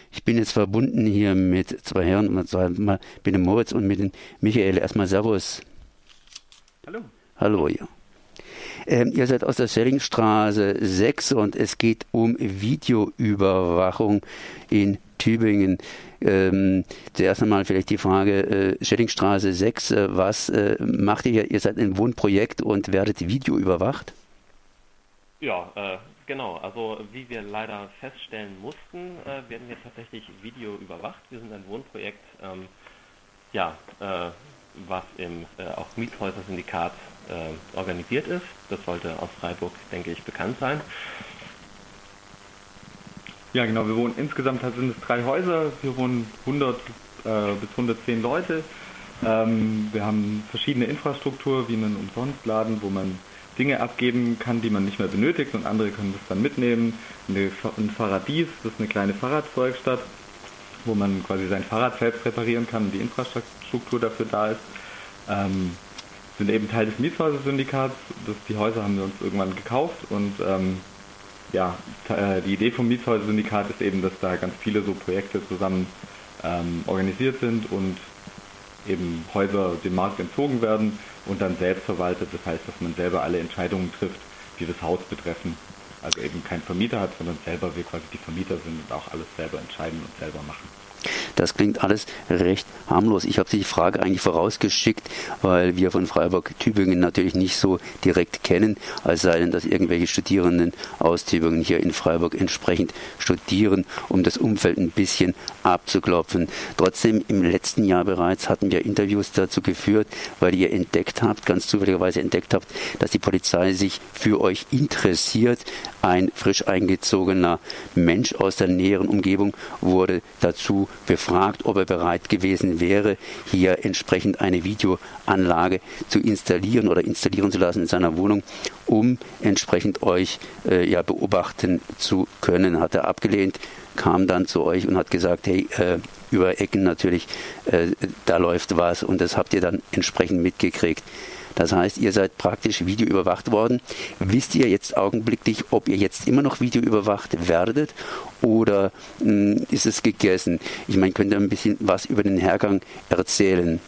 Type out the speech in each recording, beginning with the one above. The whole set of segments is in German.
Ich bin jetzt verbunden hier mit zwei Herren, und zwar mit dem Moritz und mit dem Michael. Erstmal Servus. Hallo. Hallo, ja. Ihr seid aus der Schellingstraße 6 und es geht um Videoüberwachung in Tübingen. Zuerst einmal vielleicht die Frage, Schellingstraße 6, was macht ihr hier? Ihr seid ein Wohnprojekt und werdet videoüberwacht? Ja, genau. Also wie wir leider feststellen mussten, werden wir tatsächlich videoüberwacht. Wir sind ein Wohnprojekt, was im auch Mietshäuser-Syndikat organisiert ist. Das sollte aus Freiburg, denke ich, bekannt sein. Ja, genau. Wir wohnen insgesamt, sind es 3 Häuser. Wir wohnen 100 bis 110 Leute. Wir haben verschiedene Infrastruktur, wie einen Umsonstladen, wo man Dinge abgeben kann, die man nicht mehr benötigt, und andere können das dann mitnehmen. Ein Fahrradies, das ist eine kleine Fahrradwerkstatt, wo man quasi sein Fahrrad selbst reparieren kann und die Infrastruktur dafür da ist. Sind eben Teil des Mietshäuser-Syndikats. Die Häuser haben wir uns irgendwann gekauft und die Idee vom Mietshäuser-Syndikat ist eben, dass da ganz viele so Projekte zusammen organisiert sind und eben Häuser dem Markt entzogen werden und dann selbst verwaltet. Das heißt, dass man selber alle Entscheidungen trifft, die das Haus betreffen. Also eben kein Vermieter hat, sondern selber wir quasi die Vermieter sind und auch alles selber entscheiden und selber machen. Das klingt alles recht harmlos. Ich habe die Frage eigentlich vorausgeschickt, weil wir von Freiburg-Tübingen natürlich nicht so direkt kennen, als sei denn, dass irgendwelche Studierenden aus Tübingen hier in Freiburg entsprechend studieren, um das Umfeld ein bisschen abzuklopfen. Trotzdem, im letzten Jahr bereits hatten wir Interviews dazu geführt, weil ihr entdeckt habt, ganz zufälligerweise entdeckt habt, dass die Polizei sich für euch interessiert. Ein frisch eingezogener Mensch aus der näheren Umgebung wurde dazu befragt, ob er bereit gewesen wäre, hier entsprechend eine Videoanlage zu installieren oder installieren zu lassen in seiner Wohnung, um entsprechend euch beobachten zu können. Hat er abgelehnt, kam dann zu euch und hat gesagt, hey, über Ecken natürlich, da läuft was, und das habt ihr dann entsprechend mitgekriegt. Das heißt, ihr seid praktisch videoüberwacht worden. Wisst ihr jetzt augenblicklich, ob ihr jetzt immer noch videoüberwacht werdet oder ist es gegessen? Ich meine, könnt ihr ein bisschen was über den Hergang erzählen?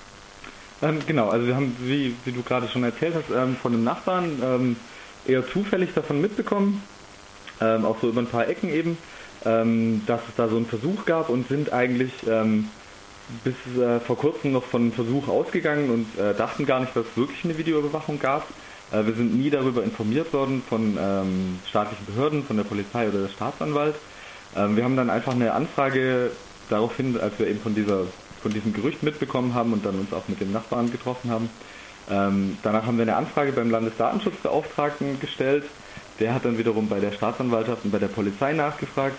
Genau, also wir haben, wie du gerade schon erzählt hast, von einem Nachbarn eher zufällig davon mitbekommen, auch so über ein paar Ecken eben, dass es da so einen Versuch gab, und sind eigentlich bis vor kurzem noch von einem Versuch ausgegangen und dachten gar nicht, dass es wirklich eine Videoüberwachung gab. Wir sind nie darüber informiert worden von staatlichen Behörden, von der Polizei oder der Staatsanwalt. Wir haben dann einfach eine Anfrage daraufhin, als wir eben von diesem Gerücht mitbekommen haben und dann uns auch mit dem Nachbarn getroffen haben. Danach haben wir eine Anfrage beim Landesdatenschutzbeauftragten gestellt. Der hat dann wiederum bei der Staatsanwaltschaft und bei der Polizei nachgefragt,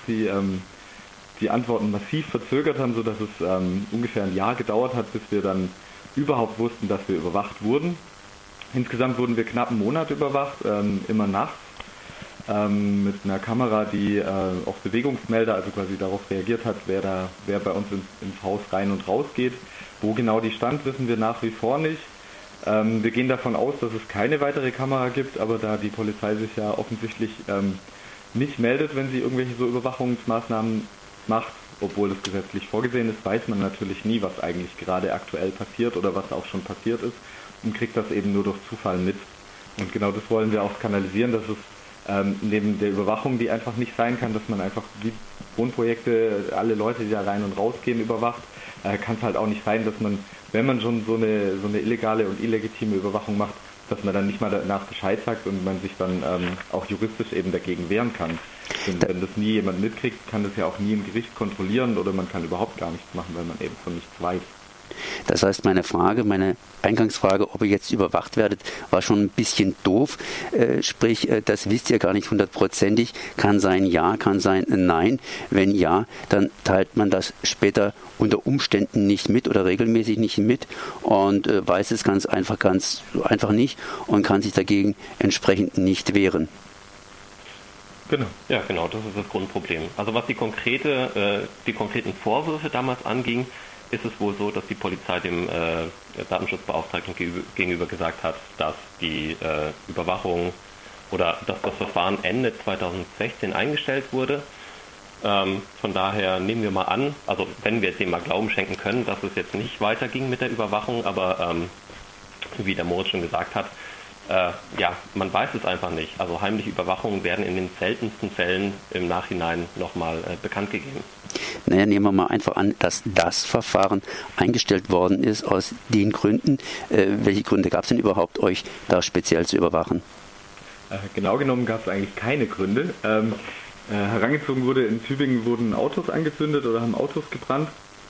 die Antworten massiv verzögert haben, sodass es ungefähr ein Jahr gedauert hat, bis wir dann überhaupt wussten, dass wir überwacht wurden. Insgesamt wurden wir knapp einen Monat überwacht, immer nachts, mit einer Kamera, die auf Bewegungsmelder, also quasi darauf reagiert hat, wer bei uns ins Haus rein und raus geht. Wo genau die stand, wissen wir nach wie vor nicht. Wir gehen davon aus, dass es keine weitere Kamera gibt, aber da die Polizei sich ja offensichtlich nicht meldet, wenn sie irgendwelche so Überwachungsmaßnahmen macht, obwohl das gesetzlich vorgesehen ist, weiß man natürlich nie, was eigentlich gerade aktuell passiert oder was auch schon passiert ist, und kriegt das eben nur durch Zufall mit. Und genau das wollen wir auch kanalisieren, dass es neben der Überwachung, die einfach nicht sein kann, dass man einfach wie Wohnprojekte alle Leute, die da rein und rausgehen, überwacht, kann es halt auch nicht sein, dass man, wenn man schon so eine illegale und illegitime Überwachung macht, dass man dann nicht mal danach Bescheid sagt und man sich dann auch juristisch eben dagegen wehren kann. Wenn das nie jemand mitkriegt, kann das ja auch nie ein Gericht kontrollieren oder man kann überhaupt gar nichts machen, weil man eben von nichts weiß. Das heißt, meine Eingangsfrage, ob ihr jetzt überwacht werdet, war schon ein bisschen doof. Sprich, das wisst ihr gar nicht hundertprozentig. Kann sein ja, kann sein nein. Wenn ja, dann teilt man das später unter Umständen nicht mit oder regelmäßig nicht mit und weiß es ganz einfach nicht und kann sich dagegen entsprechend nicht wehren. Genau. Ja, genau, das ist das Grundproblem. Also was die konkreten Vorwürfe damals anging, ist es wohl so, dass die Polizei dem Datenschutzbeauftragten gegenüber gesagt hat, dass die Überwachung oder dass das Verfahren Ende 2016 eingestellt wurde Von daher nehmen wir mal an, also wenn wir dem mal Glauben schenken können, dass es jetzt nicht weiterging mit der Überwachung, aber wie der Moritz schon gesagt hat, ja, man weiß es einfach nicht. Also heimliche Überwachungen werden in den seltensten Fällen im Nachhinein nochmal bekannt gegeben. Naja, nehmen wir mal einfach an, dass das Verfahren eingestellt worden ist aus den Gründen. Welche Gründe gab es denn überhaupt, euch da speziell zu überwachen? Genau genommen gab es eigentlich keine Gründe. Herangezogen wurde, in Tübingen wurden Autos angezündet oder haben Autos gebrannt,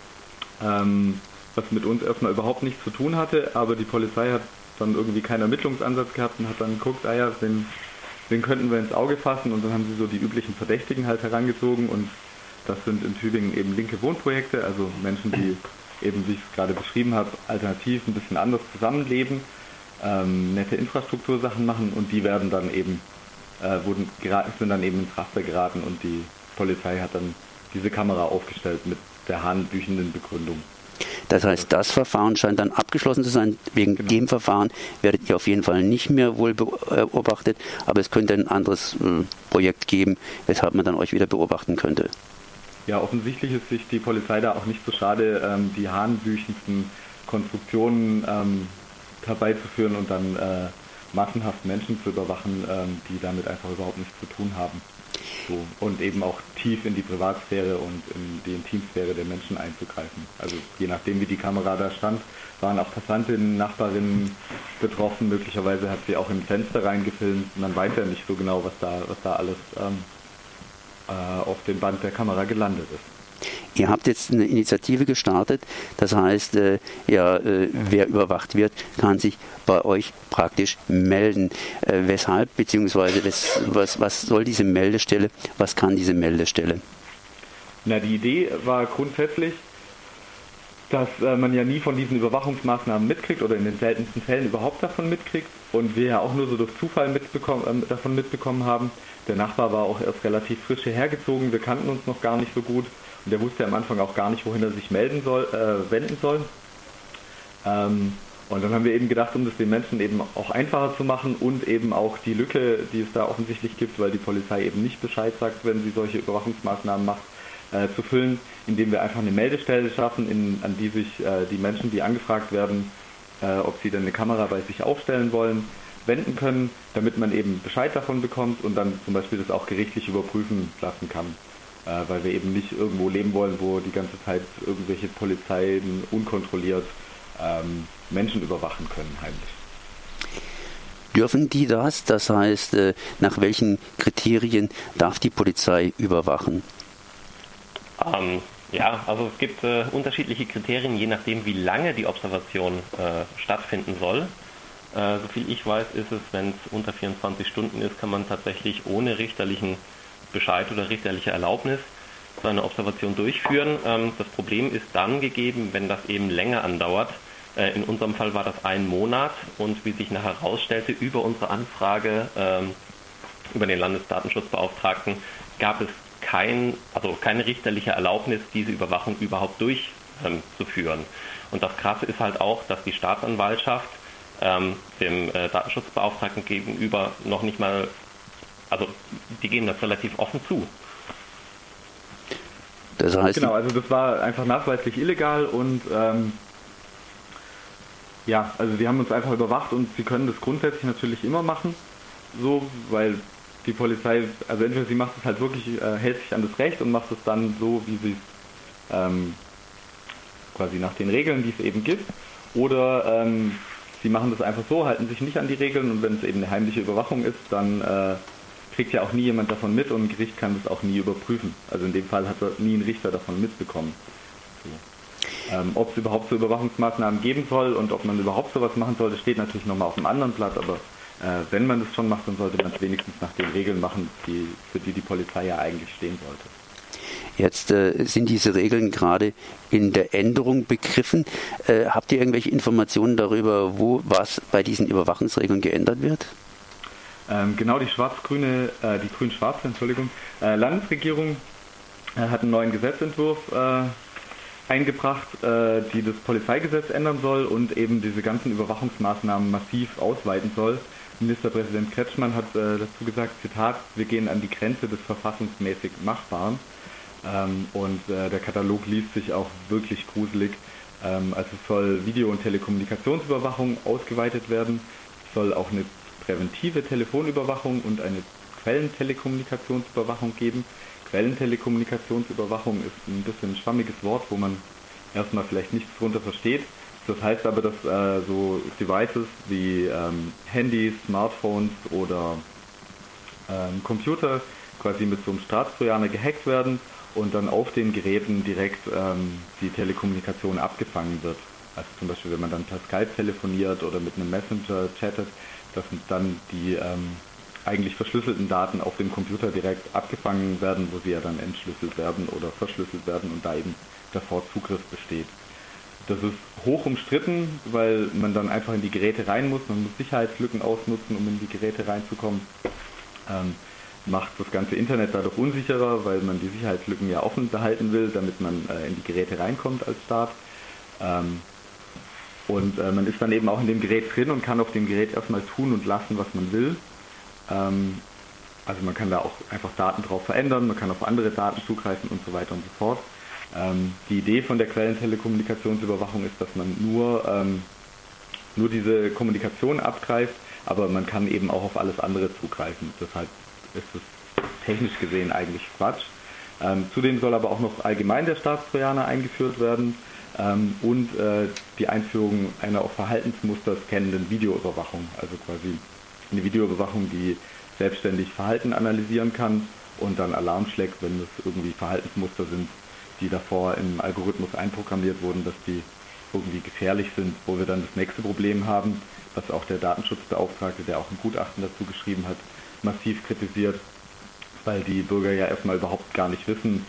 was mit uns erstmal überhaupt nichts zu tun hatte, aber die Polizei hat dann irgendwie keinen Ermittlungsansatz gehabt und hat dann geguckt, den könnten wir ins Auge fassen, und dann haben sie so die üblichen Verdächtigen halt herangezogen, und das sind in Tübingen eben linke Wohnprojekte, also Menschen, die eben, wie ich es gerade beschrieben habe, alternativ ein bisschen anders zusammenleben, nette Infrastruktursachen machen, und die werden dann eben sind dann eben ins Raster geraten, und die Polizei hat dann diese Kamera aufgestellt mit der hanebüchenden Begründung. Das heißt, das Verfahren scheint dann abgeschlossen zu sein. Wegen dem Verfahren werdet ihr auf jeden Fall nicht mehr wohl beobachtet, aber es könnte ein anderes Projekt geben, weshalb man dann euch wieder beobachten könnte. Ja, offensichtlich ist sich die Polizei da auch nicht so schade, die hanebüchendsten Konstruktionen herbeizuführen und dann massenhaft Menschen zu überwachen, die damit einfach überhaupt nichts zu tun haben. So. Und eben auch tief in die Privatsphäre und in die Intimsphäre der Menschen einzugreifen. Also je nachdem, wie die Kamera da stand, waren auch Passantinnen, Nachbarinnen betroffen. Möglicherweise hat sie auch im Fenster reingefilmt. Man weiß ja nicht so genau, was da alles auf dem Band der Kamera gelandet ist. Ihr habt jetzt eine Initiative gestartet, das heißt, wer überwacht wird, kann sich bei euch praktisch melden. Weshalb, beziehungsweise was soll diese Meldestelle, was kann diese Meldestelle? Na, die Idee war grundsätzlich, dass man ja nie von diesen Überwachungsmaßnahmen mitkriegt oder in den seltensten Fällen überhaupt davon mitkriegt, und wir ja auch nur so durch Zufall davon mitbekommen haben. Der Nachbar war auch erst relativ frisch hierher gezogen, wir kannten uns noch gar nicht so gut. Und der wusste am Anfang auch gar nicht, wohin er sich wenden soll. Und dann haben wir eben gedacht, um das den Menschen eben auch einfacher zu machen und eben auch die Lücke, die es da offensichtlich gibt, weil die Polizei eben nicht Bescheid sagt, wenn sie solche Überwachungsmaßnahmen macht, zu füllen, indem wir einfach eine Meldestelle schaffen, an die sich die Menschen, die angefragt werden, ob sie denn eine Kamera bei sich aufstellen wollen, wenden können, damit man eben Bescheid davon bekommt und dann zum Beispiel das auch gerichtlich überprüfen lassen kann. Weil wir eben nicht irgendwo leben wollen, wo die ganze Zeit irgendwelche Polizeien unkontrolliert Menschen überwachen können, heimlich. Dürfen die das? Das heißt, nach welchen Kriterien darf die Polizei überwachen? Ja, also es gibt unterschiedliche Kriterien, je nachdem, wie lange die Observation stattfinden soll. Soviel ich weiß, ist es, wenn es unter 24 Stunden ist, kann man tatsächlich ohne richterlichen Bescheid oder richterliche Erlaubnis so eine Observation durchführen. Das Problem ist dann gegeben, wenn das eben länger andauert. In unserem Fall war das 1 Monat, und wie sich nachher herausstellte, über unsere Anfrage über den Landesdatenschutzbeauftragten gab es keine richterliche Erlaubnis, diese Überwachung überhaupt durchzuführen. Und das Krasse ist halt auch, dass die Staatsanwaltschaft dem Datenschutzbeauftragten gegenüber noch nicht mal, also die geben das relativ offen zu. Das heißt, genau, also das war einfach nachweislich illegal, und also sie haben uns einfach überwacht, und sie können das grundsätzlich natürlich immer machen, so, weil die Polizei, also entweder sie macht es halt wirklich, hält sich an das Recht und macht es dann so, wie sie es quasi nach den Regeln, die es eben gibt, oder sie machen das einfach so, halten sich nicht an die Regeln, und wenn es eben eine heimliche Überwachung ist, dann kriegt ja auch nie jemand davon mit, und ein Gericht kann das auch nie überprüfen. Also in dem Fall hat nie ein Richter davon mitbekommen. So. Ob es überhaupt so Überwachungsmaßnahmen geben soll und ob man überhaupt sowas machen sollte, steht natürlich nochmal auf einem anderen Blatt, aber wenn man das schon macht, dann sollte man es wenigstens nach den Regeln machen, für die Polizei ja eigentlich stehen sollte. Jetzt sind diese Regeln gerade in der Änderung begriffen. Habt ihr irgendwelche Informationen darüber, was bei diesen Überwachungsregeln geändert wird? Genau, die grün-schwarze Landesregierung hat einen neuen Gesetzentwurf eingebracht, die das Polizeigesetz ändern soll und eben diese ganzen Überwachungsmaßnahmen massiv ausweiten soll. Ministerpräsident Kretschmann hat dazu gesagt, Zitat, wir gehen an die Grenze des verfassungsmäßig Machbaren. Der Katalog liest sich auch wirklich gruselig. Also es soll Video- und Telekommunikationsüberwachung ausgeweitet werden, es soll auch eine präventive Telefonüberwachung und eine Quellentelekommunikationsüberwachung geben. Quellentelekommunikationsüberwachung ist ein bisschen ein schwammiges Wort, wo man erstmal vielleicht nichts drunter versteht. Das heißt aber, dass so Devices wie Handys, Smartphones oder Computer quasi mit so einem Staatstrojaner gehackt werden und dann auf den Geräten direkt die Telekommunikation abgefangen wird. Also zum Beispiel, wenn man dann per Skype telefoniert oder mit einem Messenger chattet, dass dann die eigentlich verschlüsselten Daten auf dem Computer direkt abgefangen werden, wo sie ja dann entschlüsselt werden oder verschlüsselt werden und da eben davor Zugriff besteht. Das ist hoch umstritten, weil man dann einfach in die Geräte rein muss, man muss Sicherheitslücken ausnutzen, um in die Geräte reinzukommen. Macht das ganze Internet dadurch unsicherer, weil man die Sicherheitslücken ja offen behalten will, damit man in die Geräte reinkommt als Staat. Man ist dann eben auch in dem Gerät drin und kann auf dem Gerät erstmal tun und lassen, was man will. Also man kann da auch einfach Daten drauf verändern, man kann auf andere Daten zugreifen und so weiter und so fort. Die Idee von der Quellentelekommunikationsüberwachung ist, dass man nur diese Kommunikation abgreift, aber man kann eben auch auf alles andere zugreifen. Deshalb ist es technisch gesehen eigentlich Quatsch. Zudem soll aber auch noch allgemein der Staatstrojaner eingeführt werden und die Einführung einer auf Verhaltensmuster scannenden Videoüberwachung, also quasi eine Videoüberwachung, die selbstständig Verhalten analysieren kann und dann Alarm schlägt, wenn es irgendwie Verhaltensmuster sind, die davor im Algorithmus einprogrammiert wurden, dass die irgendwie gefährlich sind, wo wir dann das nächste Problem haben, was auch der Datenschutzbeauftragte, der auch ein Gutachten dazu geschrieben hat, massiv kritisiert, weil die Bürger ja erstmal überhaupt gar nicht wissen,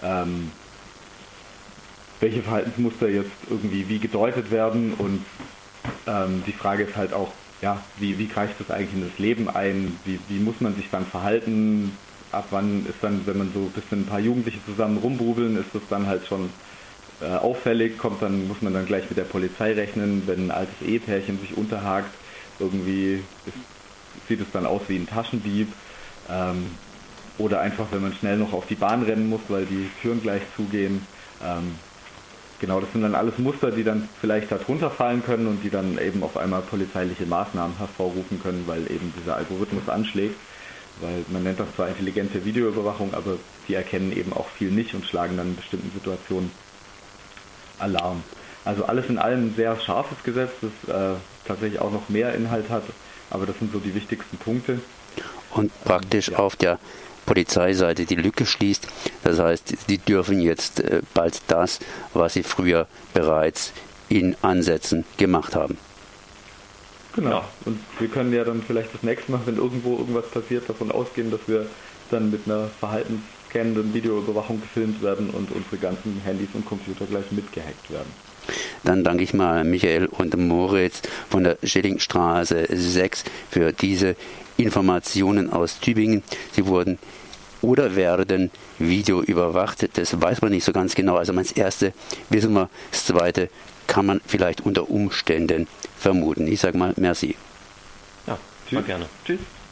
welche Verhaltensmuster jetzt irgendwie wie gedeutet werden und die Frage ist halt auch, ja, wie greift das eigentlich in das Leben ein, wie muss man sich dann verhalten, ab wann ist dann, wenn man so ein bisschen ein paar Jugendliche zusammen rumbrubeln, ist das dann halt schon auffällig, muss man dann gleich mit der Polizei rechnen, wenn ein altes Ehepärchen sich unterhakt, irgendwie sieht es dann aus wie ein Taschendieb oder einfach, wenn man schnell noch auf die Bahn rennen muss, weil die Türen gleich zugehen. Genau, das sind dann alles Muster, die dann vielleicht darunter fallen können und die dann eben auf einmal polizeiliche Maßnahmen hervorrufen können, weil eben dieser Algorithmus anschlägt. Weil man nennt das zwar intelligente Videoüberwachung, aber die erkennen eben auch viel nicht und schlagen dann in bestimmten Situationen Alarm. Also alles in allem ein sehr scharfes Gesetz, das tatsächlich auch noch mehr Inhalt hat, aber das sind so die wichtigsten Punkte. Und praktisch auf der Polizeiseite die Lücke schließt. Das heißt, die dürfen jetzt bald das, was sie früher bereits in Ansätzen gemacht haben. Genau. Ja. Und wir können ja dann vielleicht das nächste Mal, wenn irgendwo irgendwas passiert, davon ausgehen, dass wir dann mit einer verhaltensscannenden Videoüberwachung gefilmt werden und unsere ganzen Handys und Computer gleich mitgehackt werden. Dann danke ich mal Michael und Moritz von der Schillingstraße 6 für diese Informationen aus Tübingen. Sie wurden oder werden Video überwacht. Das weiß man nicht so ganz genau. Also das erste wissen wir, das zweite kann man vielleicht unter Umständen vermuten. Ich sage mal merci. Ja, gerne. Tschüss.